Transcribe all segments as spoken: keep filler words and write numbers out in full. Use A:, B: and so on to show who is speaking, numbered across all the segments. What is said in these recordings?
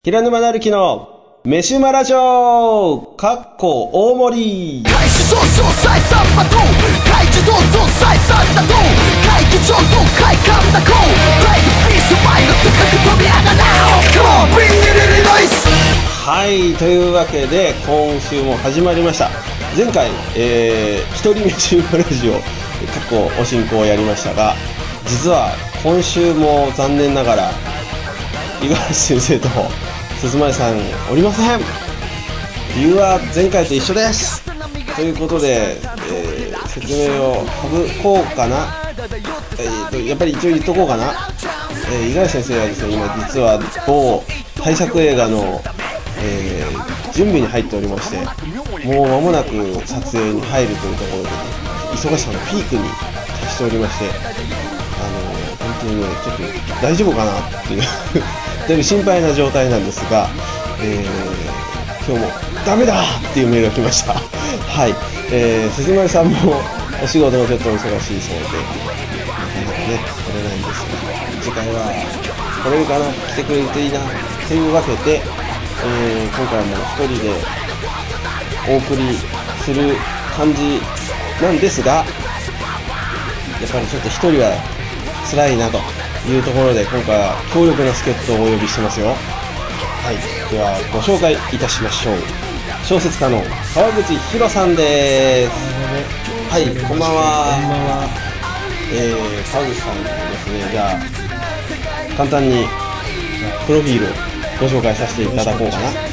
A: 平沼なるきの飯馬ラジオかっこ大盛り開始早々再三波動開示どうぞ再三だと会議場と快感だこうブライドピースマインド高く飛び上がなお Come on bring it in noise はい、というわけで今週も始まりました。前回、えー、一人飯馬ラジオ過去お進行をやりましたが、実は今週も残念ながら五十嵐先生と鈴前さんおりません。理由は前回と一緒です。ということで、えー、説明を省こうかな、えー、とやっぱり一応言っとこうかな、えー、五十嵐先生はですね、今実は某大作映画の、えー、準備に入っておりまして、もう間もなく撮影に入るというところで、ね、忙しさのピークに達しておりまして、あのー、本当にねちょっと大丈夫かなっていうだいぶ心配な状態なんですが、えー、今日もダメだっていうメールが来ましたはい、えー、鈴丸さんもお仕事がちょっとお忙しいそうで、なかなかね来れないんですが、次回は来れるかな、来てくれるといいなというわけで、えー、今回も一人でお送りする感じなんですが、やっぱりちょっと一人は辛いなというところで、今回は強力な助っ人をお呼びしてますよ。はい、ではご紹介いたしましょう。小説家の川口博さんです。はい、こんばんは。こんばんは。えー、川口さんですね、じゃあ簡単にプロフィールをご紹介させていただこうかな。はい、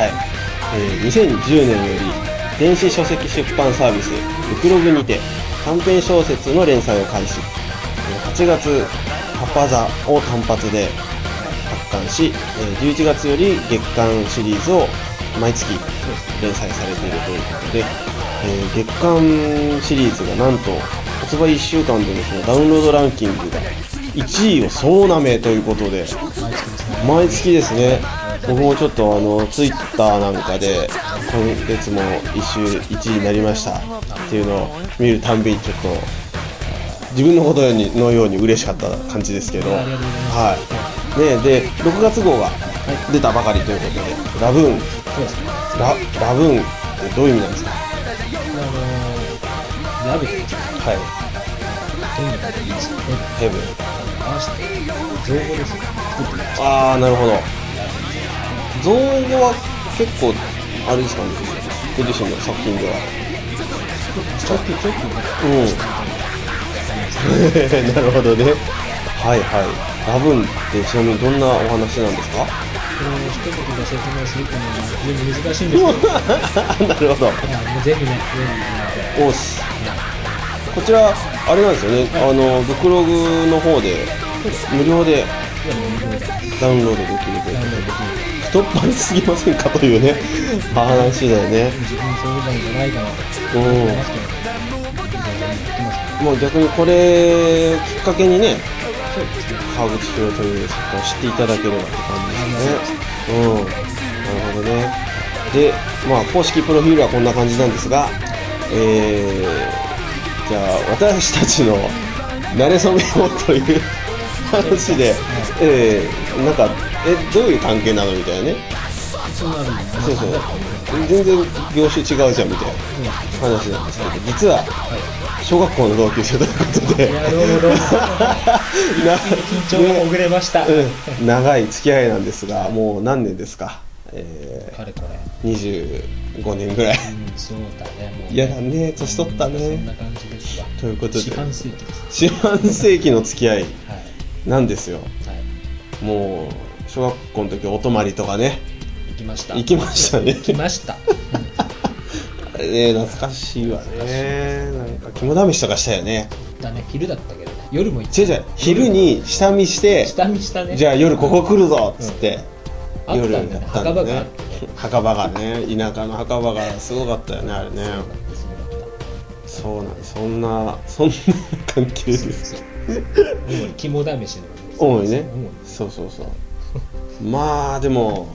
A: えー、にせんじゅうねんより電子書籍出版サービスブクログにて短編小説の連載を開始。はちがつパパザを単発で発刊し、じゅういちがつより月刊シリーズを毎月連載されているということで、えー、月刊シリーズがなんと発売いっしゅうかんでのそのダウンロードランキングがいちいを総なめということで、毎月ですね。僕もちょっとあのツイッターなんかで今月も一週いちいになりましたっていうのを見るたんびにちょっと自分のことのように嬉しかった感じですけど、はいね、でろくがつ号が出たばかりということで、ラブーン、ラ, ラブーンってどういう意味なんですか？
B: あのラブですか？
A: はい。ヘブン。
B: 合わせて造語ですね。
A: ああ、なるほど。造語は結構あれですかね。ご自身の作品では。
B: ちょっとちょっと
A: うん。なるほどね。はいはい。ラブーンってちなみにどんなお話なんですか？
B: えー、一言で説明するというのは非常に難しいんですけどな
A: るほど。
B: もう全部ね、全部
A: おっす。こちらあれなんですよね、あのブクログの方で無料でダウンロードできるということで、太っ腹すぎませんかというね話だよね。
B: 自分そうなんじゃないかなと思いますけど、
A: もう逆にこれきっかけにね、
B: そうですね、
A: 川口博という作家を知っていただければって感じですね。うん、なるほどね。で、まあ公式プロフィールはこんな感じなんですが、えー、じゃあ私たちの馴れ初めをという話で、えー、なんかえどういう関係なのみたいなね。
B: そうなるんだね。
A: そうそう。全然業種違うじゃんみたいな話なんですけど、実は小学校の同級生ということで、
B: なるほど緊張がほぐれました、
A: うん、長い付き合いなんですが、もう何年ですか？えー、
B: かれこれ
A: にじゅうごねんぐらい、
B: うん、そうだね、もうね、
A: いやだね、年取ったね、
B: そんな感じですわ。
A: ということで
B: 四半世紀です。
A: 四半世紀の付き合いなんですよ、
B: はい、
A: もう小学校の時お泊まりとかね、
B: 行きました
A: 行きましたね
B: 行きました
A: あれね、懐かしいわね。なんか肝試しとかしたよね。
B: だね、昼だったけどね、夜も行っ
A: 違う違う、昼に下見して
B: 下見したね、
A: じゃあ夜ここ来るぞっつって、
B: うん、夜やったんだね、墓場があって、
A: 墓場がね、田舎の墓場がすごかったよね、あれね。そうなん、そんなそんな関係です。
B: 肝試しの
A: 主にね、そうそうそうまあでも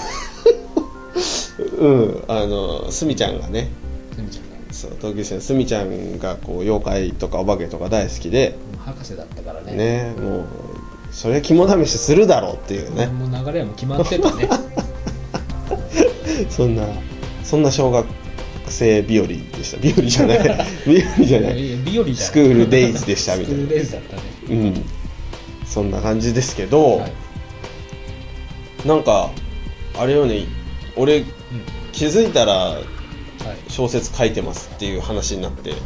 A: うんあのすみちゃんがね、
B: すみちゃんが
A: そう同級生のすみちゃんがこう妖怪とかお化けとか大好きで、
B: 博士だったからね。
A: ね、もうそれ肝試しするだろうっていうね、
B: もう流れはもう決まってたね
A: そんなそんな小学生日和でした。日和じゃない日和じゃない
B: 日和じゃない
A: スクールデイズでしたみたいな。
B: スクールデイズだったね。
A: うん、そんな感じですけど、はい、なんかあれよね、俺、うん、気づいたら小説書いてますっていう話になって、はい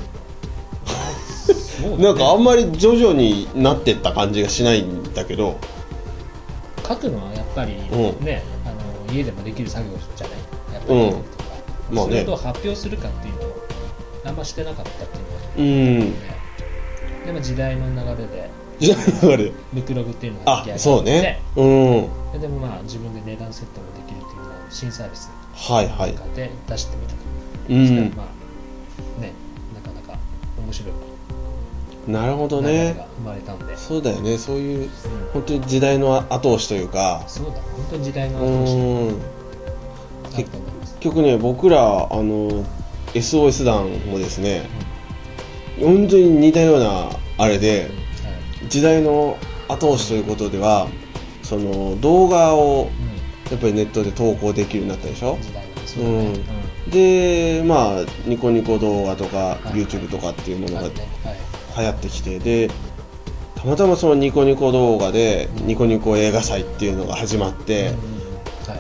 A: 、なんかあんまり徐々になってった感じがしないんだけど、
B: 書くのはやっぱりね、うん、あの家でもできる作業じゃないやっぱり、うんまあね、それと発表するかっていうのをあんましてなかったっていうのが、ね、うん、でも時代の流れで
A: 時代の流れ
B: ブクログっていうのが出来上がって、
A: そうね、うん、
B: で, でもまあ自分で値段設定もできるっていうのは新サービス
A: はいはい
B: で出してみたと、
A: うん、
B: そしたらまあねなかなか面白い
A: なるほどね
B: が生まれたんで、
A: そうだよね、そういう、うん、本当に時代の後押しというか、
B: そうだ本当に時代の後押し、うん
A: 結局ね、僕らあの エスオーエス 団もですね、うん、本当に似たようなあれで、うんはい、時代の後押しということでは、その動画をやっぱりネットで投稿できるようになったでしょ、うんうん、でまあニコニコ動画とか、はい、YouTube とかっていうものが流行ってきて、でたまたまそのニコニコ動画でニコニコ映画祭っていうのが始まって、うんはい、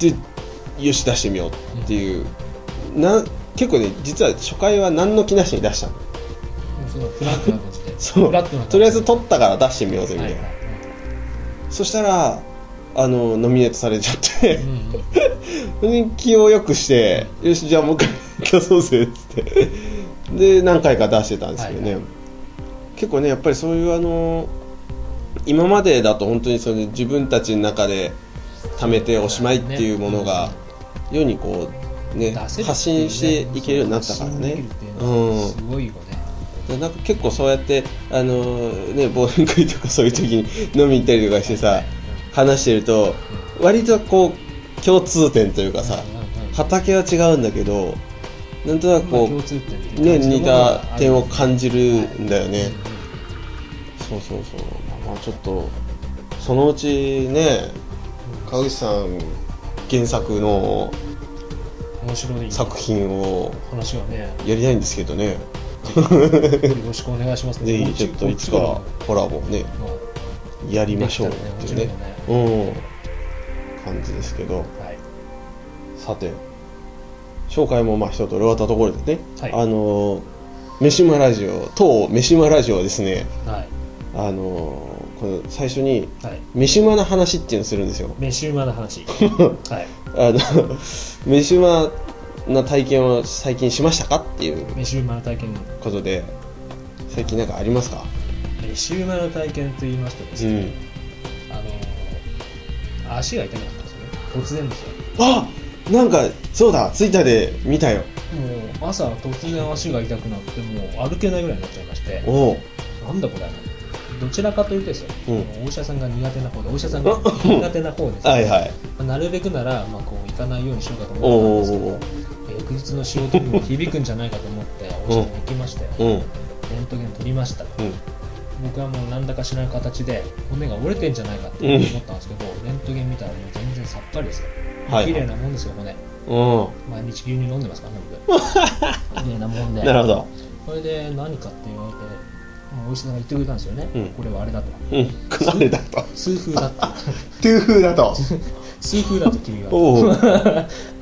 A: でよし出してみようっていう、うん、な結構ね実は初回は何の気なしに出したの、
B: そのフラットな感じで
A: そうとりあえず撮ったから出してみようぜみたいな、はいはい、そしたらあのノミネートされちゃって、うんうん、気をよくしてよしじゃあもう一回競争せっつってで何回か出してたんですけどね、はいはい、結構ねやっぱりそういうあの今までだと本当にその自分たちの中で貯めておしまいっていうものが世にこうね発信していけるようになったからね、うん
B: すごいよね。
A: なんか結構そうやってあのね忘年会とかそういう時に飲み行ったりとかしてさ話してると割とこう共通点というかさ畑は違うんだけどなんとなくこうね似た点を感じるんだよね。そうそうそうまあちょっとそのうちね川口さん原作の作品をやりたいんですけどね。
B: よろしくお願いしますね。
A: ぜひちょっといつかコラボねやりましょうっていうね、うん感じですけど、はい、さて紹介もまあ一通り終わったところでね、はい、あの飯馬ラジオ当飯馬ラジオですね、はい、あのこの最初に飯馬の話っていうのをするんですよ。
B: 飯馬の話はい
A: あの飯馬な体験を最近しましたかっていう
B: 飯馬の体験の
A: ことで最近なんかありますか？
B: 飯馬の体験と言いますとですね、うん、あの足が痛くなったんですよね。突然ですよ。
A: あ、なんかそうだツイッターで見たよ。も
B: う朝突然足が痛くなってもう歩けないぐらいになっちゃいまして、
A: お
B: なんだこれどちらかというとですよ、うん、お医者さんが苦手な方でお医者さんが苦手な方です、ねはいはいまあ、なるべくなら、まあ、こう行かないようにしようかと思ったんですけど翌日の仕事にも響くんじゃないかと思ってお医者さんに行きまして、うん、レントゲン取りました、うん、僕はもう何らかしない形で骨が折れてんじゃないかって思ったんですけど、うん、レントゲン見たらもう全然さっぱりですよ、はい、綺麗なもんですよ骨、うん、毎日牛乳飲んでますからね僕綺麗なもんで
A: なるほど。
B: それで何かって言われてお医者さんが言ってくれたんですよね、うん、これはあれだと、
A: うん、あれだと
B: 痛風だと
A: 痛風だと
B: 痛風だと君は
A: おう、うん、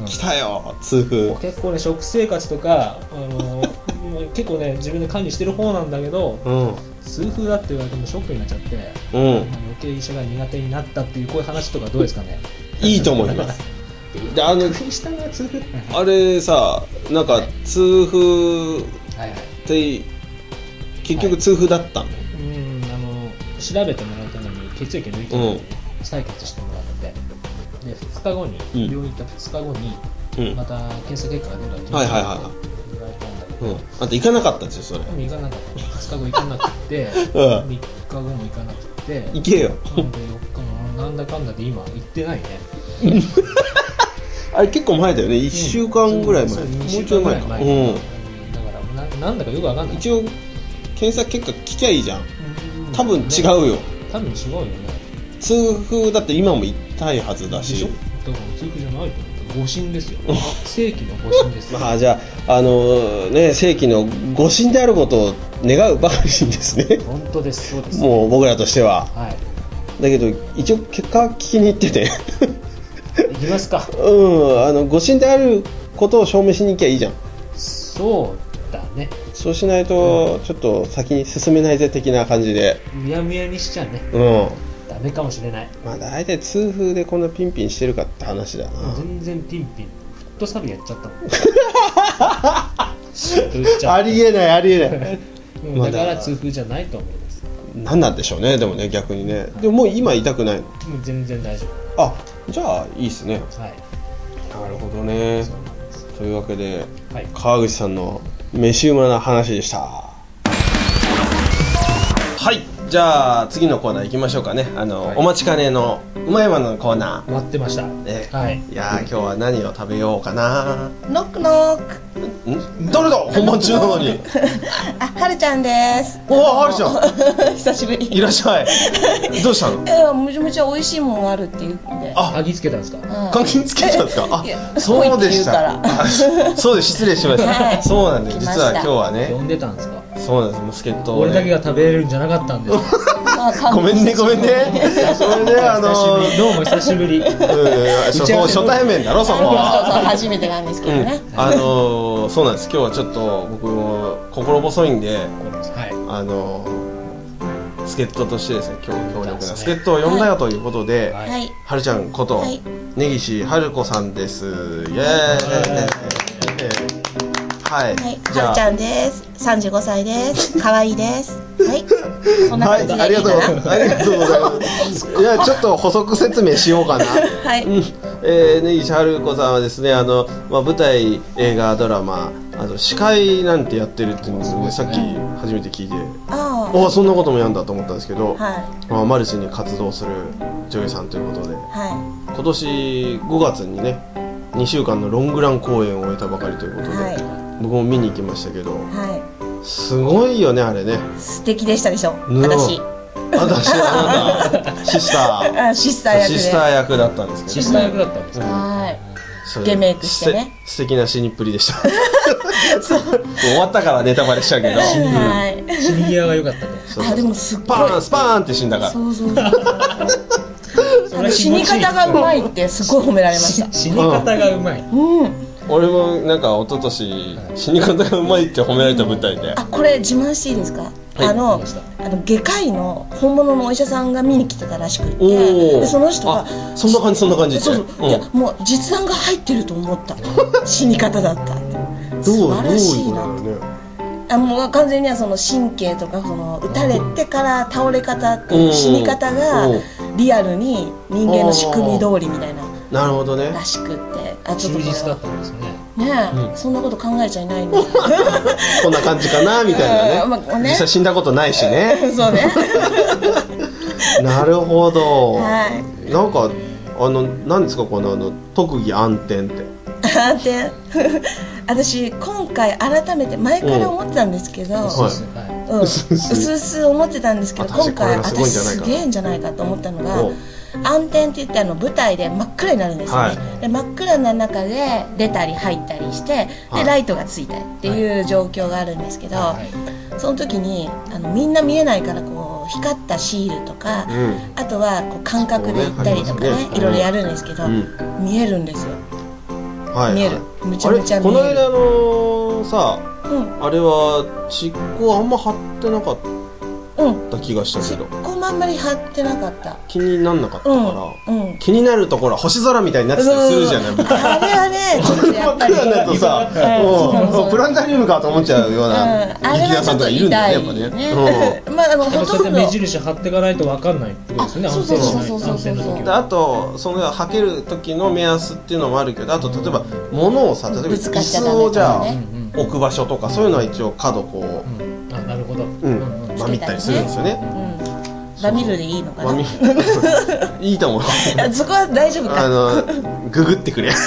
A: 来たよ痛風。
B: 結構ね食生活とか、あの結構ね自分で管理してる方なんだけど、うん、痛風だって言われてもショックになっちゃって、うんまあ、余計医者が苦手になったっていうこういう話とかどうですかね。
A: いいと思いますであのあれさなんか痛風って結局痛風だったの、はい、
B: うんあの調べてもらうために血液抜いてもらって、うん、採血してもらってでふつかごに、うん、病院行ったふつかごに、うん、また検査結果が出たって言われたんだけど、うん、
A: あんた行かなかったんですよそれ。
B: 行かなかったふつかご行かなくて、うん、みっかごも行かなくて
A: 行けよ
B: なんでよっかもなんだかんだで今行ってないね
A: あれ結構前だよねいっしゅうかんぐらい前、うん、もうちょい前か、うん、だ
B: から な, なんだかよくわかんない。
A: 一応検査結果聞きゃいいじゃん、うん、多分違うよ、
B: 多分違うよね。
A: 痛風だって今も痛いはずだし。
B: でしょ。だから痛風じゃないと思う。誤診ですよ。正規の誤診ですよ。
A: まあじゃああのね正規の誤診であることを願うばかりですね。
B: 本当ですそうです。
A: もう僕らとしては。
B: はい。
A: だけど一応結果聞きに行ってて。
B: 行きますか。
A: うんあの誤診であることを証明しに行きゃいいじゃん。
B: そうだね。
A: そうしないとちょっと先に進めないぜ的な感じで。
B: むやむやにしちゃね。
A: うん。
B: ダメかもしれない。ま
A: あ大体痛風でこんなピンピンしてるかって話だな。
B: 全然ピンピン。フットサルやっちゃったもん。あり
A: えないありえない。
B: うん、だから痛風じゃないと思います。
A: 何なんでしょうねでもね逆にね。でももう今痛くないの？もう
B: 全然大丈
A: 夫。あじゃあいいですね。
B: はい。
A: なるほどね。というわけで、はい、川口さんの飯うまな話でした。はいじゃあ次のコーナー行きましょうかね。あの、はい、お待ちかねのうまいもののコーナー
B: 待ってました、
A: ねはい、いや今日は何を食べようかな。
C: ノックノック
A: ん誰だ本番中なのに
C: あ、はるちゃんです。
A: おーはるちゃ
C: ん久しぶり。
A: いらっしゃいどうしたの？
C: えー、むちゃむちゃ美味しいもんあるっていうんで
B: あ、嗅ぎつけたんですか？
A: 嗅ぎつけたんですか？あ、そうでしたそうです失礼しました、はい、そうなんです実は今日はね
B: 呼んでたんですか？
A: そうなんです助っ人を、ね、
B: 俺だけが食べれるんじゃなかったんです
A: ごめんねごめんねそれであの
B: ー、どうも久しぶりうん
A: 初対面だろそこは
C: そうそう初めてなんですけどね、
A: うん、あのー、そうなんです今日はちょっと僕も心細いんで、はい、あのー、助っ人としてですね今日強力な助っ人を呼んだよということで、はいはい、はるちゃんこと、はい、根岸はる子さんです。イエーイはい、はい、
C: はるちゃんです。さんじゅうごさいです。可愛いです。はい。そんな感じでいいかな。
A: はい、ありがとう、ありがとうございます。いや、ちょっと補足説明しようかな。
C: はい。うん、
A: えー、根岸はる子さんはですね、あの、まあ、舞台、映画、ドラマ、あの司会なんてやってるっていうんですよね。さっき初めて聞いて、ああ、そんなこともやんだと思ったんですけど、はい。まあ、マルチに活動する女優さんということで、はい。今年ごがつにね、にしゅうかんのロングラン公演を終えたばかりということで。はい、僕も見に行きましたけど、はい、すごいよねあれね。
C: 素敵でしたでしょ。私
A: 私はなんだシスター
C: あシスター役で
A: シスター役だったんですけど、
B: シスター役だったんですか、
C: はいゲメイクしてね
A: 素敵な死にっぷりでした終わったからネタバレしちゃうけど、
B: はい、死に際が良かったね。
C: そうそうそうあでもすっごい
A: スパーンスパーンって死んだからそうそう
C: そう死に方がうまいってすごい褒められました
B: 死に方がうまい、
C: うん、
A: 俺もなんか一昨年死に方がうまいって褒められた舞台で、
C: あこれ自慢していいですか、はい、あのあの外科医の本物のお医者さんが見に来てたらしくて、でその人が
A: そんな感じそんな感じ
C: そうそう、うん、いやもう実弾が入ってると思った死に方だったって素晴らしいなって、ね、あもう完全にはその神経とかその撃たれてから倒れ方っていう死に方がリアルに人間の仕組み通りみたいな
A: なるほどね
C: らしくって、あ
B: ちょっと忠実だったんですね。
C: ねえ、うん、そんなこと考えちゃいないんです
A: こんな感じかなみたいなね、まあね、実際死んだことないしね
C: そうね
A: なるほど、
C: はい、
A: なんかあの何ですかこのあの特技暗転って
C: 暗転私今回改めて前から思ってたんですけど、うん、うすうす思ってたんですけど今回私すげえんじゃないかと思ったのが暗転って言ってあの舞台で真っ暗になるんですよね、はい、で真っ暗な中で出たり入ったりしてでライトがついたりっていう状況があるんですけど、はい、その時にあのみんな見えないからこう光ったシールとか、うん、あとはこう感覚で行ったりとかね、ねいろいろやるんですけど、うん、見えるんですよ、はい、見える、はい、むちゃむちゃ見える。
A: この間のさ、うん、あれは蓄光あんま貼ってなかったた気がしたけど、
C: こんあんまり貼ってなかった。
A: 気になんなかったから、うんうん、気になるところ星空みたいになってたりするじゃない、うん、
C: あれはねちょっとやっぱり
A: とさ、うん、プラネタリウムかと思っちゃうような劇団さんとかいるんだよね、やっぱね、
B: まああのほとんど目印貼っていかないと分かんないってことですよね。
C: そうそうそうそうそうそう。
A: あとそのはける時の目安っていうのもあるけど、あと例えば物をさ、例えば椅子をじゃあ置く場所とかそういうのは一応角こう、
B: あ、なるほど、
A: うん、まあ見たりするんですよね。
C: バミルでいいのかな。
A: いいと思う。
C: そこは大丈夫か。
A: あのググってくれ。はい。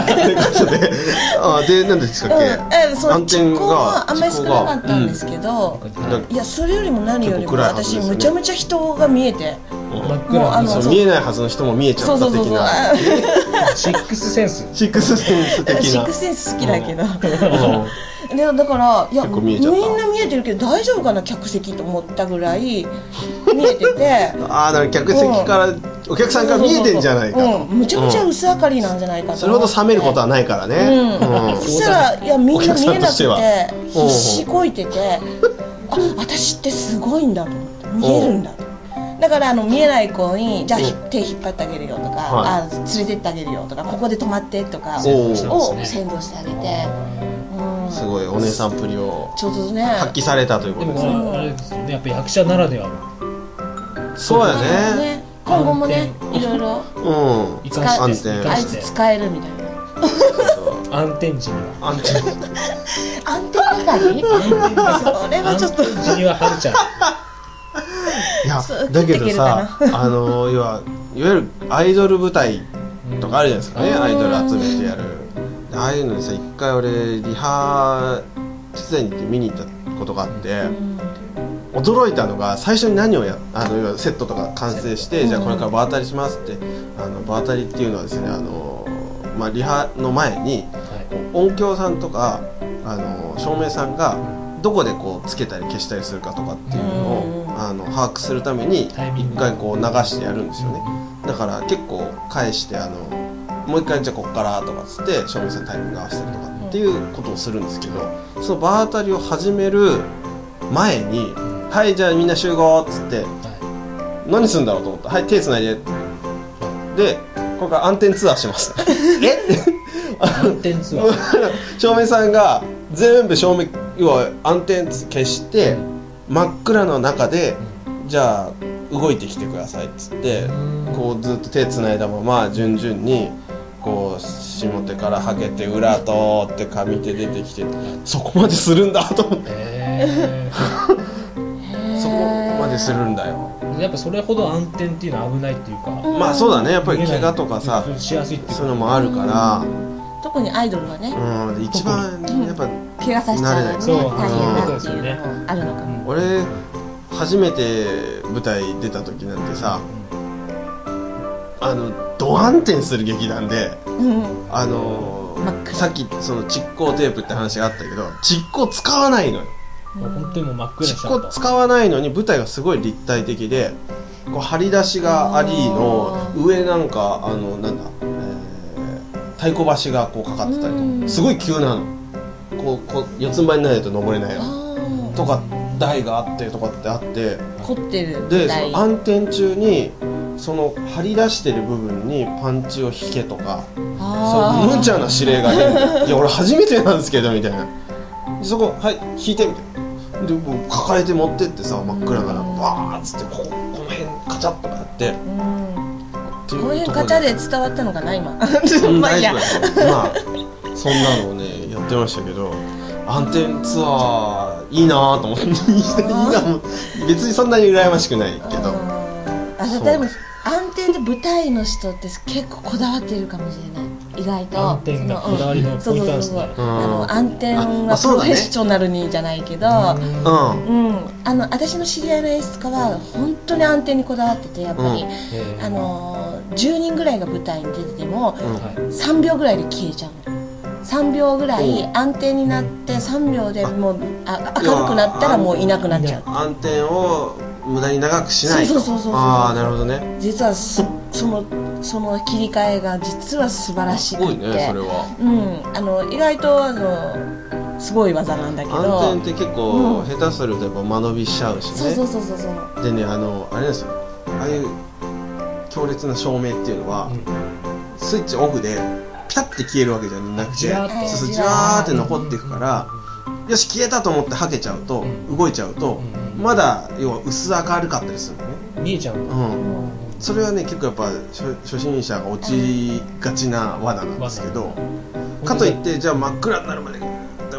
A: ということで、あで何ですかっけ。
C: え、そう蓄光はあんまり少なかったんですけど、いやそれよりも何よりも私むちゃむちゃ人が見えて、
A: もうあの見えないはずの人も見えちゃった的な。
B: シックスセンス。
A: シックスセンス的な。
C: シックスセンス好きだけど。でだからいやみんな見えてるけど大丈夫かな客席と思ったぐらい見えてて
A: ああだから客席から、うん、お客さんから見えてんじゃないかと、
C: うん、むちゃむちゃ薄明かりなんじゃないかと、うん、
A: それほど冷めることはないからね、うんうん、
C: そしたらいやみんな見えなくて必死こいててあ私ってすごいんだと思って見えるんだとだからあの見えない子にじゃあ手引っ張ってあげるよとか、はい、あ連れてってあげるよとかここで止まってとかを先導してあげて
A: すごいお姉さんプリを
C: ちょっとね
A: 発揮されたということですね。
B: でもあれですよね、やっぱ役者ならではの。
A: そうやね。
C: 今後もね、いろいろ
B: 生かして、
C: あいつ使えるみたい
B: な。暗転時には。
A: 暗転。
C: 暗転係？それはちょっと。
B: 暗転時にははるちゃん。
A: いやだけどさ、あのいわいわゆるアイドル舞台とかあるじゃないですかね、アイドル集めてやる。ああいうのにさ一回俺リハ手伝いに行って見に行ったことがあって、うん、驚いたのが最初に何をやあのセットとか完成して、うん、じゃあこれから場当たりしますってあの場当たりっていうのはですねあの、まあ、リハの前に、はい、音響さんとかあの照明さんがどこでこうつけたり消したりするかとかっていうのを、うん、あの把握するために一回こう流してやるんですよね。だから結構返してあのもう一回じゃあこっからとかっつって照明さんタイミング合わせたりとかっていうことをするんですけど、その場当たりを始める前に「はいじゃあみんな集合」っつって何するんだろうと思った。はい手つないででこれから暗転ツアーしますえ
B: 暗転ツアー
A: 照明さんが全部照明要は暗転消して真っ暗の中でじゃあ動いてきてくださいっつってこうずっと手つないだまま順々にこう下手からはけて裏通って上手出てきてそこまでするんだと思って、えー、そこまでするんだよ。
B: やっぱそれほど暗転っていうのは危ないっていうか、
A: まあそうだねやっぱり怪我とかさ
B: しやすいっていう
A: そういうのもあるから、
C: 特にアイドルはね、
A: うん、一番やっぱ
C: 怪我させちゃうのね
B: そう
C: 大変だっていうのもあるのかも。
A: 俺初めて舞台出た時なんてさあのド暗転する劇団で、うん、あのさっきその蓄光テープって話があったけど蓄光使わないのよ。
B: もう本当にもう真っ暗にしちゃった。
A: 蓄光使わないのに舞台がすごい立体的でこう張り出しがありの上なんかあのなんだ、えー、太鼓橋がこうかかってたりとかすごい急なのこうこう四つん這いにならないと登れないのとか台があってとかってあって
C: 凝ってる
A: でその暗転中にその張り出してる部分にパンチを引けとかそう無茶な指令がねいや俺初めてなんですけどみたいなそこはい引いてみたいなでもう抱えて持ってってさ真っ暗な中バーッつってここの辺カチャッとかやってこ
C: の辺カチャで伝わったのかな今ま
A: あいやまあそんなのをねやってましたけど暗転ツアーいいなと思っていいな別にそんなに羨ましくないけど
C: あでも暗転で舞台の人って結構こだわってるかもしれない意外と
B: 暗転がこだわりのポイントなんですね。
C: 暗転はプロフェッショナルにじゃないけどあの私の知り合いの演出家は本当に暗転にこだわっててやっぱり、うん、あのじゅうにんぐらいが舞台に出てても、うん、さんびょうぐらいで消えちゃうの。さんびょうぐらい暗転になってさんびょうでもうあ明るくなったらもういなくなっちゃう。
A: 暗転を無駄に長くしないと。
C: そうそうそうそう。
A: ああなるほどね。
C: 実はそのその切り替えが実は素晴らしくて。す
A: ごいねそれは。
C: うんあの意外とあのすごい技なんだけど。
A: 暗転って結構、うん、下手するとやっぱ間延びしちゃうしね。
C: そうそうそうそうそう。
A: でねあのあれなんですよ。ああいう強烈な照明っていうのは、うん、スイッチオフで。ピタッて消えるわけじゃなくてじわーって残っていくからよし消えたと思ってはけちゃうと動いちゃうとまだ要は薄明るかったりするのね
B: 見えちゃう、うん、
A: それはね結構やっぱ 初, 初心者が落ちがちな罠なんですけどかといってじゃあ真っ暗になるまで真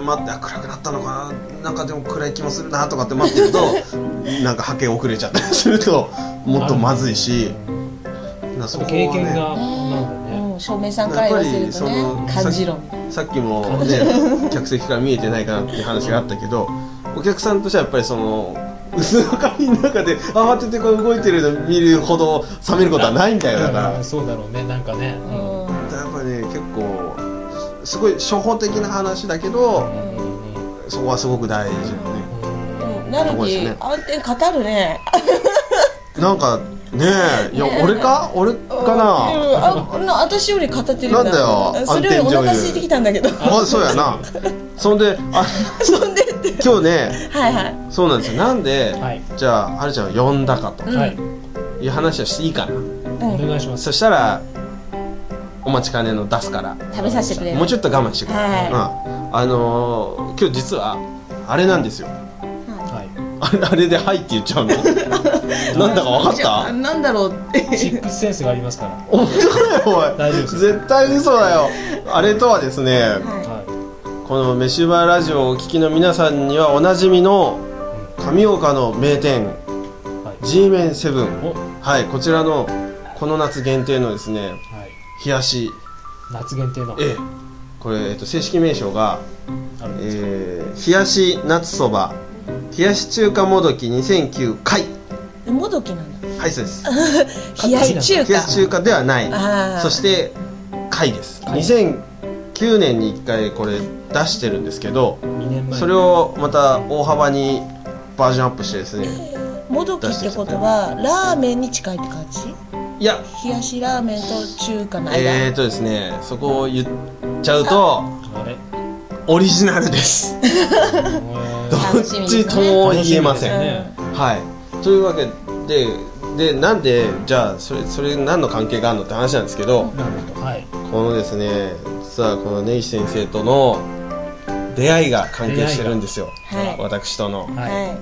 A: 待って暗くなったのかな、なんかでも暗い気もするなとかって待ってるとなんか派遣遅れちゃったりするともっとまずいし、
B: なそこはね、経験がなんだね、
C: 照明さんから言わせるとね感じろみたいな。
A: さっきもね客席から見えてないかなっていう話があったけど、お客さんとしてはやっぱりその薄明かりの中で慌ててこう動いてるの見るほど冷めることはないみたいだから、
B: そうだろうね、なんかね、うん、
A: やっぱりね結構すごい初歩的な話だけど、うん、そこはすごく大事だね。
C: なるき暗転語るね
A: なんかねえ、いや、ね、俺か俺かな、
C: ああ私より語ってるよ。
A: なんだよ、
C: それよりお腹空いてきたんだけど。
A: あ、そうやな。そんで、あ
C: そんでって
A: 今日ね、
C: はいはい、
A: そうなんですよ。なんで、はい、じゃあはるちゃんを呼んだかと、
C: はい、
A: いう話をしていいかな、うん、
B: お願いします。
A: そしたらお待ちかねの出すから
C: 食べさせてくれる。
A: もうちょっと我慢してくれ、はい、うん、あのー、今日実はあれなんですよ、あれ, あれで「はい」って言っちゃうのなんだか分かった？
C: なんだろうって
B: シックスセンスがありますから。
A: 本当だよおい、
B: 大丈夫です。
A: 絶対嘘だよ。あれとはですね、はい、このメシュバラジオをお聞きの皆さんにはおなじみの上岡の名店、はい、G メンセブン、はい、こちらのこの夏限定のですね、はい、冷やし
B: 夏限定の、
A: ええ、これ、えっと、正式名称が、えー、冷やし夏そば冷やし中華もどきにせんきゅう回。
C: もどきなんだ。
A: はい、そうです
C: 冷やし中華、
A: 冷やし中華ではない。そして回です。にせんきゅうねんにいっかいこれ出してるんですけど、
B: にねんまえ、
A: それをまた大幅にバージョンアップしてですね、
C: もどきってことはラーメンに近いって感じ？
A: いや、
C: 冷やしラーメンと中華の間。
A: えーとですね、そこを言っちゃうとオリジナルですどっちとも言えません、ね、はい。というわけで、でなんでじゃあそれそれ何の関係があるのって話なんですけど、
B: はい、
A: このですね、実はこの根岸先生との出会いが関係してるんですよ、はい、私との、はい、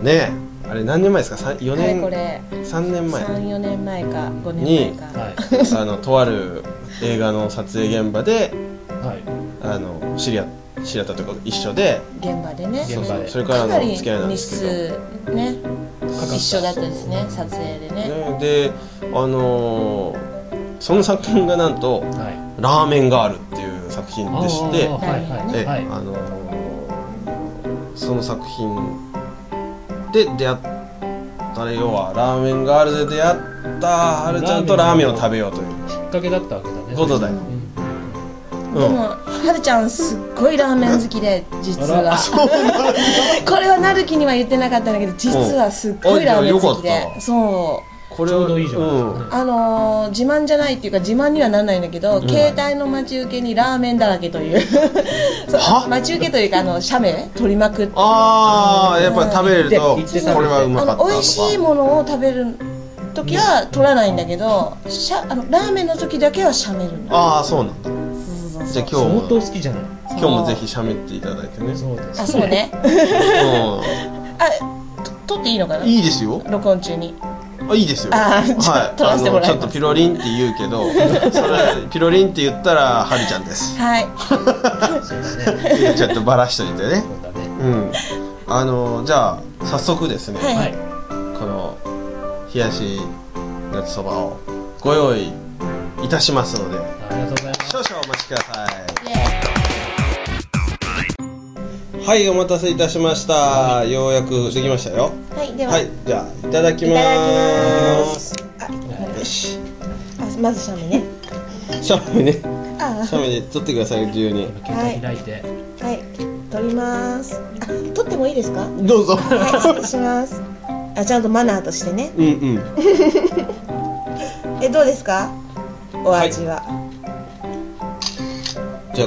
A: ねえ、あれ何年前ですか？よねん、はい、これさんねんまえ、
C: さん、よねんまえかごねんまえか
A: に、はい、あのとある映画の撮影現場で、はい、あの知り合知り合ったというか一緒で
C: 現場でね、
A: そうそう、それからの付き合いなんですけど、
C: かなり日数ね一緒だったですね、撮影でね。
A: ねで、あのー、その作品がなんと、はい、ラーメンガールっていう作品でして、はいはいはい、あのー、その作品で出会った要はラーメンガールで出会ったはるちゃんとラーメンを食べようという
B: きっかけだったわけだね。
A: ことだよ。
C: でも、はるちゃんすっごいラーメン好きで、実はこれはなるきには言ってなかったんだけど、実はすっごいラーメン好きで、そう、
B: これちょうどいいじゃないですか、ね、
C: うん、あのー、自慢じゃないっていうか自慢にはならないんだけど、うん、携帯の待ち受けにラーメンだらけというそう待ち受けというかあの写メ取りまくって、
A: ああ、やっぱり食べるとこれはうまかったとか、
C: 美味しいものを食べる時は取らないんだけど、しゃあのラーメンの時だけは写メるんだ。
A: ああ、そうなんだ。じゃあ今日も
B: 相当好きじゃない。
A: 今日もぜひしゃべっていただいてね。
B: そうですね。
C: あ、そうね。うん、あ、撮っていいのかな。
A: いいですよ。
C: 録音中に。
A: あ、いいですよ。
C: あ、はい。撮らせてもらいます。
A: ちょっとピロリンって言うけど、それピロリンって言ったらはるちゃんです。
C: はい。
A: そうですね。ちょっとバラしといてね。そうだね。うん。あのじゃあ早速ですね。はい。この冷やし夏そばをご用意いたしますので。
B: ありがとうございます。
A: 少々お待ちください。はい、お待たせいたしました。ようやくできましたよ。
C: はい、では、
A: はい、じゃあいただきまーす。
C: あ、よし。あ、まずシャメね。
A: シャメね。あ、シャメで取ってください、自由に。
B: はい、開いて。
C: はい、取ります。あ、取ってもいいですか？
A: どうぞ。
C: はい、失礼します。あ、ちゃんとマナーとしてね。
A: うんうん。
C: え、どうですか？お味は。はい、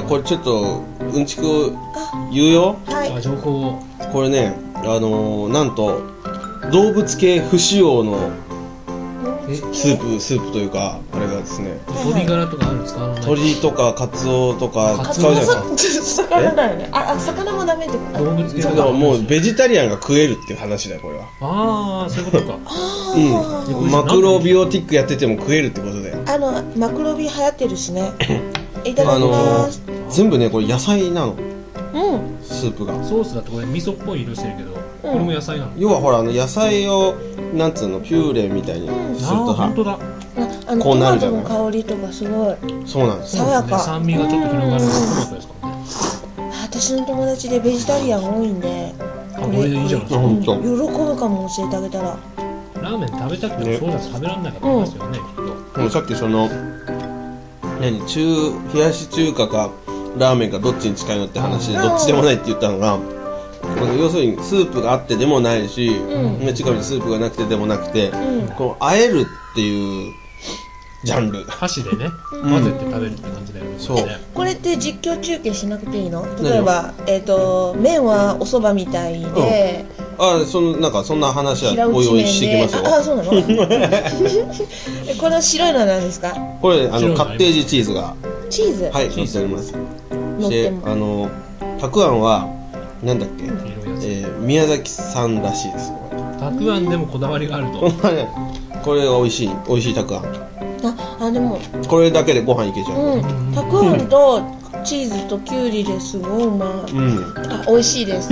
A: じゃあこれちょっとうんちくを言うよ。
C: はい。
B: 情報を。
A: これね、あのー、なんと動物系不使用のスープスープというかあれがですね。
B: 鶏ガラとかあるんですか？
A: 鶏とかカツオとか使うじゃないですか。
C: 魚だよね。あ、魚もダメってこと。
B: 動物系
A: だからもうベジタリアンが食えるっていう話だよこれは。
B: ああ、そういうことか。
A: うん。マクロビオティックやってても食えるってことだよ。
C: あのマクロビ流行ってるしね。いただきます。
A: あのー、全部ねこれ野菜なの。 スープが
B: ソースだってこれ味噌っぽい色してるけど、これも野菜なの？
A: 要はほらあの野菜をなんつうのピューレみたいにすると
B: 本当だ、
C: あのトマトの香りとかすごい
A: そうなんです、
C: 爽やか、
B: 酸味がちょっと広がるトマトですかね。
C: 私の友達でベジタリアン多いんで、
B: これでいいじゃないですか。
C: 喜ぶかも、教えてあげたら。
B: ラーメン食べたくてもそうだと食べられないかと思いますよね、きっと。
A: もうさっきその何中冷やし中華かラーメンかどっちに近いのって話でどっちでもないって言ったのが、要するにスープがあってでもないし、うん、近くにスープがなくてでもなくて、うん、こう和えるっていうジャンル、
B: 箸でね混ぜて食べるって感じだよね、うん、
C: そうこれって実況中継しなくていいの？例えば、えーと、麺はお蕎麦みたいで、
A: うん、あそのなんかそんな話はおいおいしてきますよ。
C: ああそうなのこの白いのは何ですか？
A: これあのカッテージチーズが
C: チーズ
A: はい乗っております。そしてあのたくあんはなんだっけ、えー、宮崎さんらしいです。
B: たくあんでもこだわりがあると
A: これが美味しい美味しいたくあん。
C: ああでも
A: これだけでご飯いけちゃう、
C: うん、たくあんとチーズときゅうりですごいうまい、うん、あ美味しいです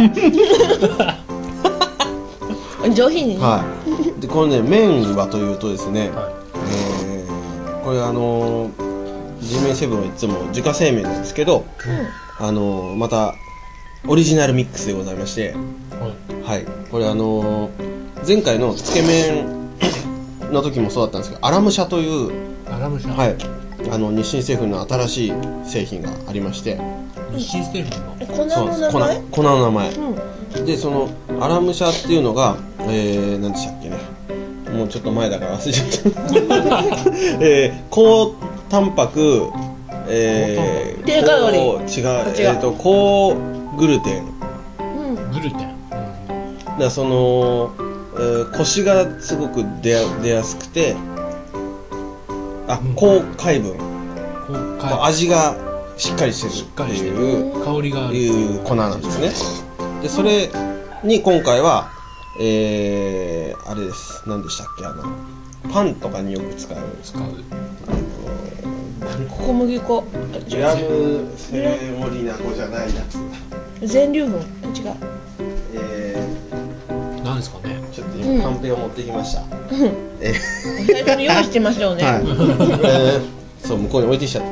C: 上品にね、はい、でこのね麺はというとですね、はいえー、これあのジメンセブンはいつも自家製麺なんですけど、うん、あのまたオリジナルミックスでございまして、はい、はい、これあの前回のつけ麺の時もそうだったんですけど、アラムシャという
B: アラムシャ、
A: はい、あの日清製粉の新しい製品がありまして、
B: 日清製粉の
C: 粉の名前？
A: 粉の名前、うん、でそのアラムシャっていうのが、えー、何でしたっけね、もうちょっと前だから忘れちゃったえー、高タンパク、えー、
C: 低カロリー
A: 違う、えーと高グルテン、
B: うん、グルテン、
A: だからそのえー、コシがすごく出や、出やすくて、あ、うん、高海分、まあ、味がしっかりしてるっていう
B: 香りがある
A: いう粉なんですね。でそれに今回は、えー、あれです、何でしたっけ、あのパンとかによく使う使う
C: 小麦粉、
A: グラムセモリナ粉じゃないやつ、
C: 全粒粉、違う、
A: え
B: ー、何ですかね。
A: ちょっと今カンペを持ってきました。うん、
C: えー、二人とも用意してましょうね。はい、
A: えー、そう向こうに置いてきちゃった。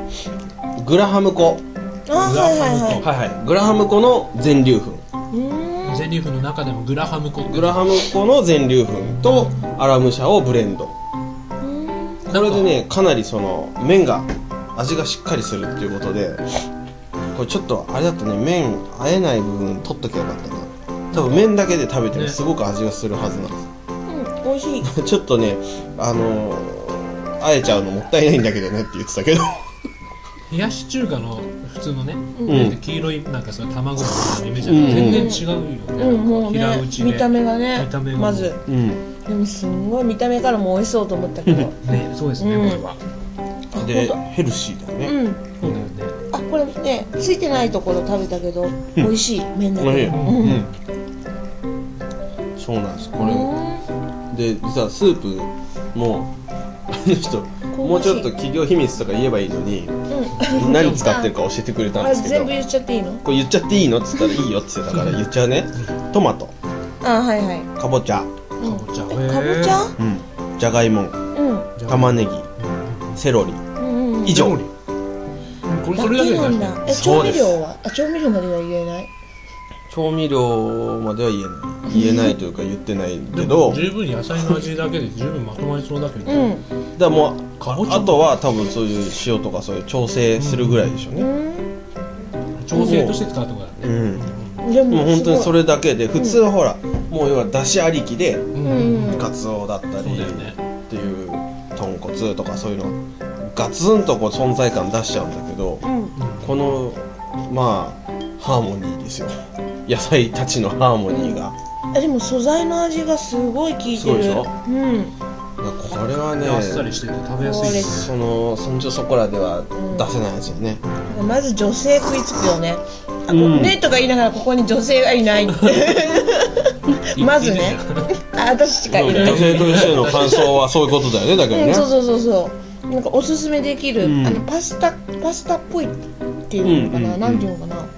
A: グラハム粉。
C: あ、はいはいはい。
A: はいはい。グラハム粉の全粒粉。
B: 全粒粉の中でもグラハム粉。
A: グラハム粉の全粒粉とアラムシャをブレンド。これでね、かなりその麺が味がしっかりするっていうことで、これちょっとあれだったね、麺和えない部分取っときゃよかったな。多分麺だけで食べてもすごく味がするはずなんです、
C: ね、うん、美味しい
A: ちょっとね、あのー、あえちゃうのもったいないんだけどねって言ってたけど
B: 冷やし中華の普通のね、うん、黄色いなんかその卵のイメージだと全然違うよね、うんうん、もうね、平打ちで
C: 見た目がね、
B: 見た目が
C: まず、うん、でもすんごい見た目からも美味しそうと思ったけど
B: ね、そうですね、うん、これは
A: でヘルシーだよね、うん、
B: そうだよね。
C: あ、これね、ついてないところ食べたけど、うん、美味しい麺だけど、うんうん、
A: そうなんです。これで実はスープもあの人もうちょっと企業秘密とか言えばいいのに、うん、何使ってるか教えてくれたんですけど、
C: 全部言っちゃっていいの？
A: これ言っちゃっていいのって言ったらいいよって言ってたから言っちゃうね。トマト、
C: あ、はいはい、
A: かぼちゃ、
B: かぼちゃ、
C: かぼちゃ、
A: うん、じゃがいも、うん、玉ねぎ、セロリ、うんうん、以上。
B: これそれだけで
C: なんだ。え、調味料は？あ、調味料までは言えない。
A: 調味料までは言えない。言えないというか言ってないけど。
B: 十分野菜の味だけで十分まとまりそうだけど。うん。
A: だからもうあとは多分そういう塩とかそういう調整するぐらいでしょうね。うん、
B: 調整として使うとこだね。
A: うん。でも本当にそれだけで、普通はほら、もう要は出汁ありきで、うん、カツオだったりっていう豚骨とかそういうのガツンとこう存在感出しちゃうんだけど、うん、このまあハーモニーですよ。野菜たちのハーモニーが、
C: うん、でも素材の味がすごい効いてる。
A: そうでしょ、
C: うん、
A: これはね、
B: あっさりしてて食べやすいですね。
A: そのそんじょそこらでは出せない味よね、
C: うん、まず女性食いつくよね、あ、うん、ねとか言いながらここに女性がいないまずねあ、私しかいない。
A: 女性としての感想はそういうことだよね。だけどね、うん、
C: そうそうそうそう、なんかおすすめできる、うん、あのパスタパスタっぽいっていうのかな、うん、なんていうのかな、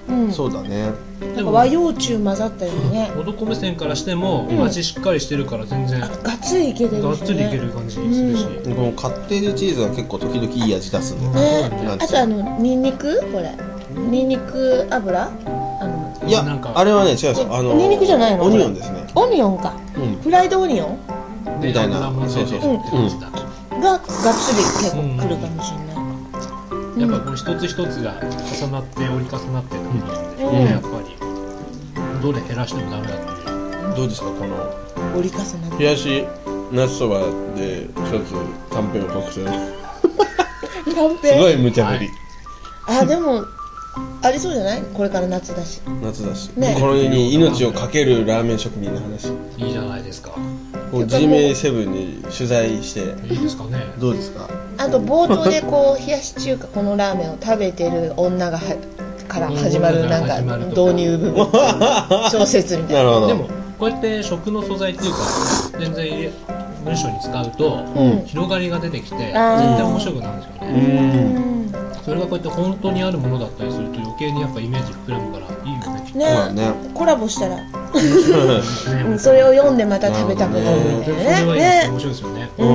C: うん、
A: そうだね。
C: なんか和洋中混ざったよね。
B: 男目線からしても、うん、味しっかりしてるから全然
C: がっつりいける、ね、
B: がっつりいける感じするし、
A: うん、このカッテージチーズは結構時々いい味出すんだ
C: よね。あとあのニンニクこれニンニク油あの
A: いやなんかあれはね違うんですよ。あの
C: ニンニクじゃないの？
A: オニオンですね。
C: オニオンか、うん、フライドオニオン
B: みたいな。そうそうそう、うん、
C: ががっつり結構くるかもしれない。
B: やっぱこの一つ一つが重なって折り重なってるところなんで、うん、やっぱりどれ減らしてもダメだっていう。
A: どうですかこの
C: 折り重なって
A: 冷やし夏そばで一つカンペの特徴。カンペすごい無茶ぶり、
C: はい、あでもありそうじゃない？これから夏だし
A: 夏だし、ね、これに命をかけるラーメン職人の話
B: いいじゃないですか。
A: ジーメーセブンに取材して
B: いいですかね。
A: どうですか？
C: あと冒頭でこう冷やし中華このラーメンを食べてる女がはから始まるなんか導入部分小説みたいな。
A: なるほど。
B: でもこうやって食の素材っていうか全然入れ文章に使うと、うん、広がりが出てきて絶対面白くなるんですよね。うんそれがこうやって本当にあるものだったりすると余計にやっぱイメージ膨らむからいいよね。
C: ね、まあねコラボしたらうん、それを読んでまた食べたくなるみたいなね。それはいいです。
B: 面白いですよね。
A: うん、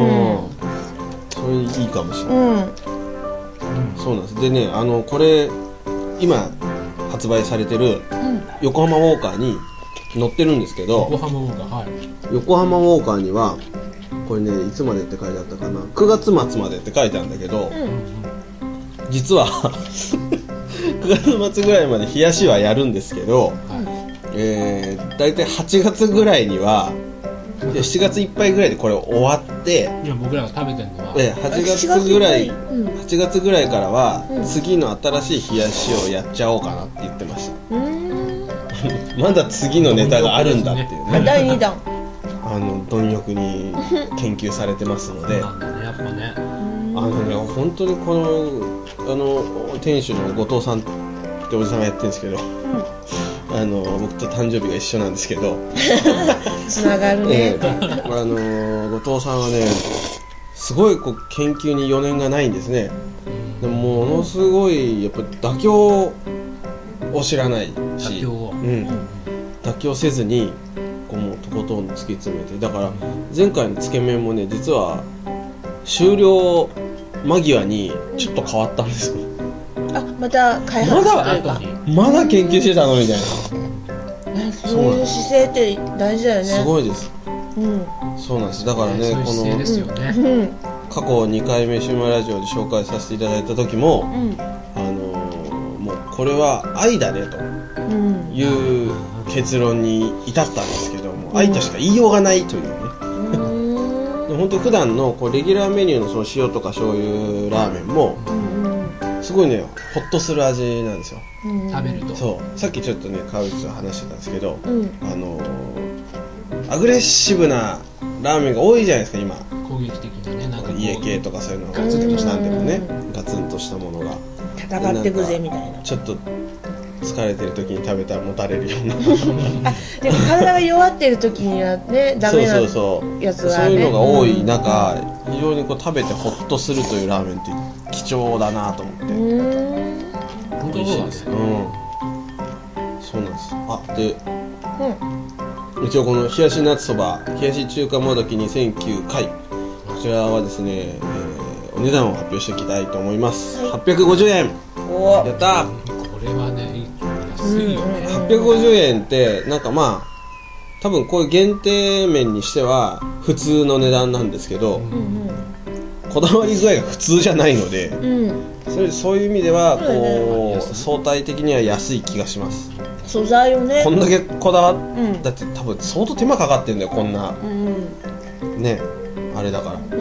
A: それいいかもしれない。うん、そうなんです。でね、あのこれ今発売されてる横浜ウォーカーに載ってるんですけど、
B: 横浜ウォーカー、はい。
A: 横浜ウォーカーにはこれねいつまでって書いてあったかな、くがつ末までって書いてあるんだけど、うん、実はくがつ末ぐらいまで冷やしはやるんですけど、はい、えー、だいたいはちがつぐらいにはしちがついっぱいぐらいでこれ終わって、
B: 今僕らが食べてるのは、
A: えはちがつぐらい、うん、はちがつぐらいからは、うん、次の新しい冷やしをやっちゃおうかなって言ってました。うーんまだ次のネタがあるんだっていうね。
C: だいにだん
A: あの貪欲に研究されてますので、
B: なんだねやっぱね。
A: あのね本当にこのあの店主の後藤さんっておじさんがやってるんですけど、うん、あの僕と誕生日が一緒なんですけど
C: つながるね、
A: えー、あの後藤さんはねすごいこう研究に余念がないんですね。でもものすごいやっぱ妥協を知らないし、妥協を、うん、妥協せずにこうもうとことん突き詰めて、だから前回のつけ麺もね実は終了間際にちょっと変わったんですよ。
C: あ、また開発したというか、
A: まだ研究してたのみたい
C: な、ね、そういう姿勢って大事だよね。
A: すごいです、うん、そうなんです。だからね、
B: この、
A: ね、過去にかいめシウマイラジオで紹介させていただいた時も、うん、あのー、もうこれは愛だねという結論に至ったんですけども、うん、愛としか言いようがないというね、うん、本当普段のこうレギュラーメニューのその塩とか醤油ラーメンも、うん、すごいねホッとする味なんですよ、
B: うん、食べると。
A: そうさっきちょっとね川内と話してたんですけど、うん、あのー、アグレッシブなラーメンが多いじゃないですか今。
B: 攻撃的なね、なんか
A: 家系とかそういうのがガツンとしたんでもね、ガツンとしたものが
C: 戦ってくぜみたいな、
A: ちょっと疲れてる時に食べたらもたれるようなあ
C: でも体が弱ってる時にはねダメなやつはね、
A: そうそういうのが多い中、うん、非常にこう食べてホッとするというラーメンって貴重だなと思って。うーん、美味しいです、うん、そうなんです。あで、うん、一応この冷やし夏そば冷やし中華もどきにせんきゅうかい、こちらはですね、えー、お値段を発表していきたいと思います、はい、はっぴゃくごじゅうえん。おやったー。
B: これはね安いよね、
A: はっぴゃくごじゅうえんってなんかまあ多分こういう限定麺にしては普通の値段なんですけど、うんうん、こだわり具合が普通じゃないので、うん、それそういう意味ではこう、うん、相対的には安い気がします。
C: 素材をね
A: こんだけこだわっ、うん、だって多分相当手間かかってるんだよこんな、うんうん、ねあれだから、うん、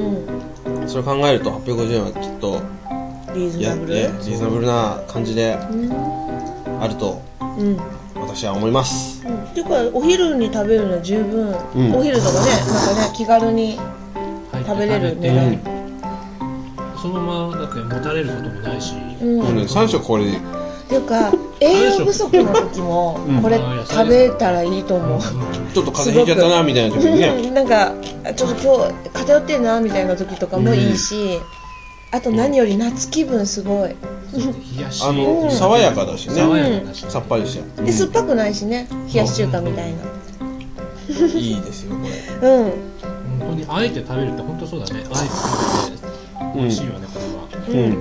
A: それ考えるとはっぴゃくごじゅうえんはきっと
C: リーズナブル、
A: リーズナブルな感じであると、うん、私は思います、うん、
C: っていうかお昼に食べるのは十分、うん、お昼とかねなんかね気軽に食べれる値段、うん、
B: そのままだって持たれることもないし、
A: うん、もうねさん食これで
C: っていうか栄養不足の時もこれ食べたらいいと思う、うん、
A: ちょっと風邪ひいちゃったなみたいな時にね
C: なんかちょっと今日偏ってるなみたいな時とかもいいし、 あと何より夏気分すごい。冷
A: やしあの、うん、爽やかだしね、爽やかだし、さっぱりして、
C: で酸っぱくないしね、冷やし中華みたいな。
A: いいですよこれ。うん。
B: 本当にあえて食べるって本当そうだね。あえて食べて美味しいよね、これは。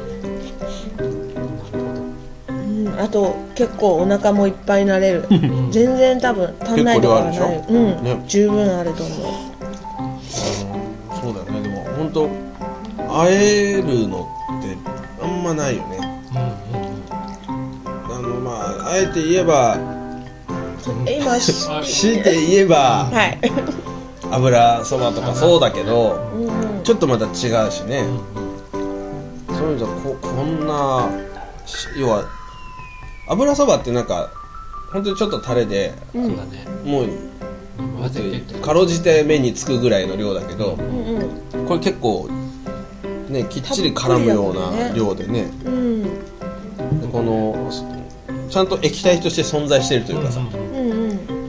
C: うん。うん、あと結構お腹もいっぱいになれる。全然多分足んないとかはない。うん、ね、十分あると思う。
A: そうだよね。でも本当会えるのってあんまないよね。あのまああえて言えば、
C: 今
A: 強いて言えば、はい、油そばとかそうだけど、うんうん、ちょっとまた違うしね。そういうのここんな要は油そばってなんか本当にちょっとタレで、うん、もうかろうじて目につくぐらいの量だけど、うんうん、これ結構ねきっちり絡むような量でね、うん、でこのちゃんと液体として存在しているというかさ、うんうん、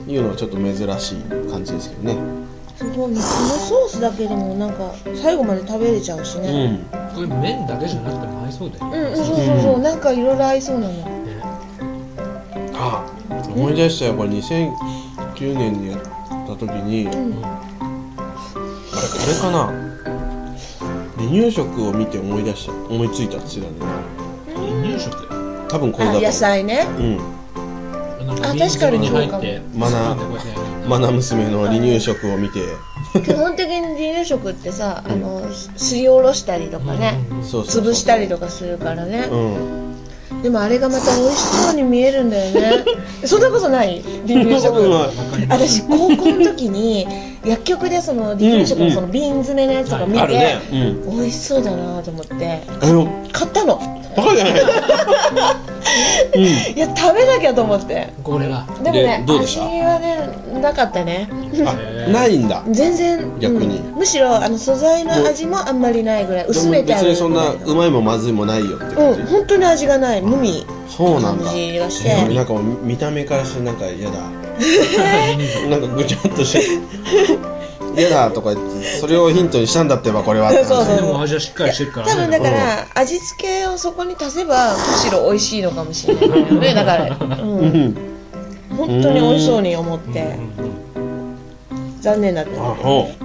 A: いうのはちょっと珍しい感じですけどね。
C: すごい、このソースだけでもなんか最後まで食べれちゃうしね、
B: うん、これ麺だけじゃなくても合いそうだよね。
C: うんうん、そうそうそう、なんかいろいろ合いそうなの、ね、
A: あ、思い出したよ、これにせんきゅうねんにやった時に、うん、あれこれかな、離乳食を見て思い出した思いついたっつってたね。
B: 離乳食
A: 多分これだと
C: 野菜ね、うん、あ、確かにそうかも。
A: マナマナ娘の離乳食を見て
C: 基本的に離乳食ってさ、あのすりおろしたりとかね、潰したりとかするからね、うん、でもあれがまた美味しそうに見えるんだよね。そんなことない離乳食私高校の時に薬局でその離乳食のその瓶詰めのやつとか見て、うんうんね、うん、美味しそうだなと思って買ったの。バカじゃない、うん、いや食べなきゃと思って
B: これが
C: でもね、どうでした？味はねなかったね。
A: あ、ないんだ
C: 全然逆に、うん、むしろあの素材の味もあんまりないぐらい薄めてある。
A: 別にそんなうまいもまずいもないよって感じ。
C: うん、本当に味がない無味
A: そうなんだ
C: 感じがして、
A: えー、なんか見た目からしてなんか嫌だなんかぐちゃっとして嫌だとか言ってそれをヒントにしたんだってばこれはって
B: そうそうでも味はしっかりしてるからね。
C: 多分だから味付けをそこに足せばむしろ美味しいのかもしれないよね。だから、うん、本当に美味しそうに思って残念だったね。あ、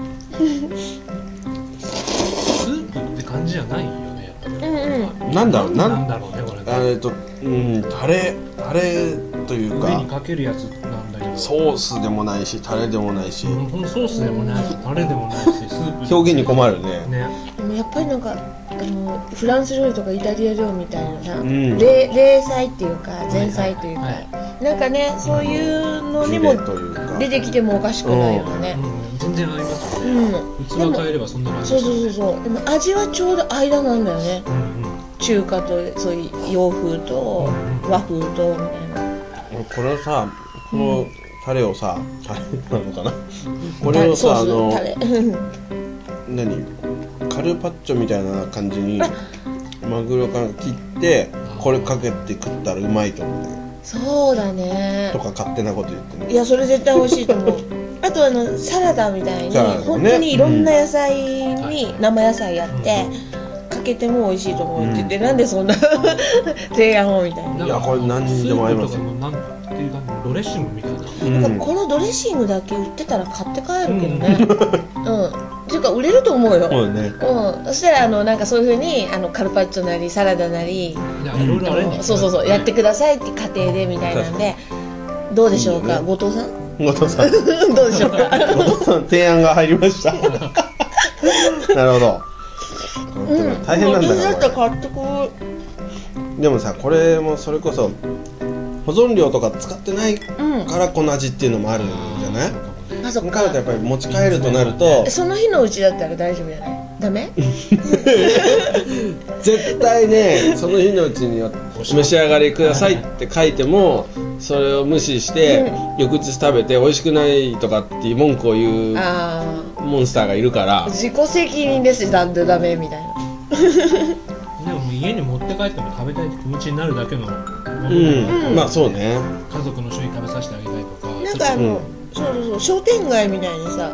B: スープって感じじゃないよねやっぱり、うん
A: うん、なんだろう
B: なんだろうねこれね。
A: えっとうんタレタレというか
B: 上にかけるやつなんだけど
A: ソースでもないしタレでもないし、
B: うん、ソースでもないしタレでもないしスープ
A: 表現に困るね。
C: ねでもやっぱりなんかあのフランス料理とかイタリア料理みたいなさ、うん、冷菜っていうか前菜というか、はいはいはい、なんかねそういうのにも出てきてもおかしくないよね、うん
B: うん、全然合いますよね、うん、器変えればそんな感じ。
C: そうそうそうそうでも味はちょうど間なんだよね、うんうん、中華とそういう洋風と和風とみたいな。
A: これをさこのタレをさ、タレなのかなこれをさあの何カルパッチョみたいな感じにマグロから切ってこれかけて食ったらうまいと思うんだけど。
C: そうだね
A: とか勝手なこと言ってね。
C: いやそれ絶対美味しいと思うあとあのサラダみたいに、ね、本当にいろんな野菜に生野菜やって、うん、かけても美味しいと思うって言って、うん、なんでそんな提案をみたいな。
A: いやこれ何にでも合いますよ。
B: っていうかドレッシングみたいな、
C: うん、なんかこのドレッシングだけ売ってたら買って帰るけどね、うん、うん、っていうか売れると思うよ、
A: そうね、
C: うん、そしたらあのなんかそういう風にあのカルパッチョなりサラダなりいろいろあれね、そうそうそうやってくださいって家庭でみたいなんでどうでしょうか、いいね、後藤さん
A: 後藤さん
C: どうでしょうか
A: 後藤さん提案が入りましたなるほど、うん、大変なんだな、
C: 私だったら買ってく
A: る。でもさこれもそれこそ保存料とか使ってないからこの味っていうのもあるんじゃない、うん、あそっか。やっぱり持ち帰るとなると
C: その日のうちだったら大丈夫じゃない？ダメ？
A: 絶対ねその日のうちに召し上がりくださいって書いてもそれを無視して翌日食べて美味しくないとかっていう文句を言うモンスターがいるから
C: 自己責任ですなんでダメみたいな
B: でも家に持って帰っても食べたいって気持ちになるだけの
A: うん、まあそうね。
B: 家族の人に食べさせてあげたいとか。
C: なんかあの、うん、そうそうそう商店街みたいにさ、こ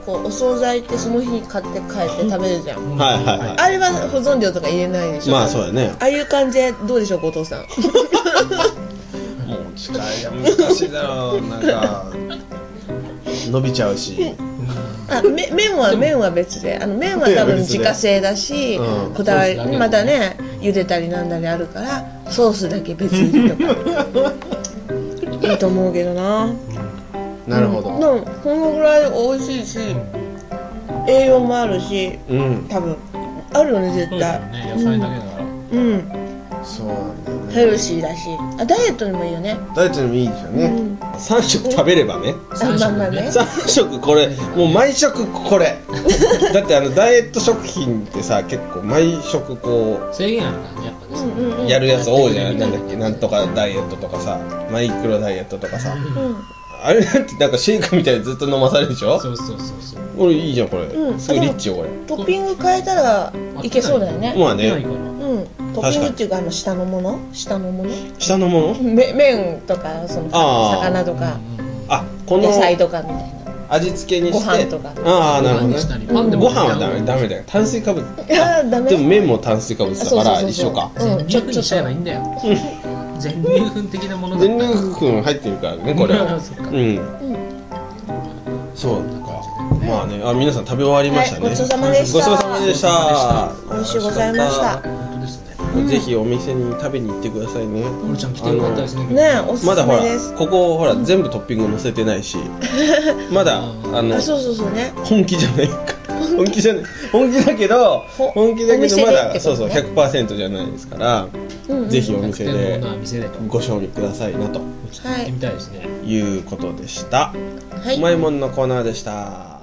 C: こうお惣菜ってその日に買って帰って食べるじゃん、
A: うん、はいはいはい。
C: あれは保存料とか入れないでしょ。
A: まあそうだね。
C: ああいう感じでどうでしょう、後藤さん。
A: もう近いや難しいだろう。なんか伸びちゃうし。
C: あめ麺は麺は別で、あの麺は多分自家製だし、うん、こだわりまたね茹でたりなんだりあるからソースだけ別にとかいいと思うけどな。
A: なるほど。
C: うん、でもこのぐらい美味しいし栄養もあるし、うん、多分あるよね絶対。
B: ね、野菜だけだから。
C: うん。うん
A: そうなんだよね。
C: ヘルシーだし、あダイエットにもいいよね。
A: ダイエットにもいいですよね。うん、さん食食べればね。
C: さん食ね。
A: さん食これもう毎食これ。だってあのダイエット食品ってさ結構毎食こう
B: 制限あるからねやっぱね、
A: うんうん、やるやつ多いじゃない。なんだっけなんとかダイエットとかさマイクロダイエットとかさ。うんあれなんてなんかシェイクみたいにずっと飲まされるでしょ。
B: そうそうそうそう。
A: これいいじゃんこれ。うん、すごいリッチよこれ。
C: トッピング変えたらいけそうだよね。
A: まあね。
C: うん。トッピングっていうかあの下のもの、下のもの。
A: 下のもの？
C: め麺とかその魚とか、
A: あこの
C: 野菜とかみたいな。
A: 味付けにして。
C: ご飯とか。
A: ああなるほどね。
B: パンでも
A: ご飯はダメダメだよ。炭水化物。
C: いやダメ。
A: でも麺も炭水化物だから一緒か。
B: 全乳粉にしちゃえばいいんだよ。全乳粉的なものだ。
A: 全乳粉入ってるからねこれは。うん。そうか。まあね、あ皆さん食べ終わりましたね。
C: ごちそうさまでした。
A: ごちそうさまでした。
C: 美味しゅうございました。
B: 本当ですね。
A: ぜひお店に食べに行ってくださいね。
B: コルちゃん来てよかったですね。
C: ね、おすすめです。
A: まだほらここほら全部トッピング載せてないし、まだあの
C: そうそうそうね。
A: 本気じゃないか。本気じゃない。本気だけど本気だけどまだそうそう ひゃくパーセント じゃないですから。ぜひお店でご賞味くださいなと
B: 行ってみたいですね。
A: いうことでした。
C: はい。
A: うまいもんのコーナーでした。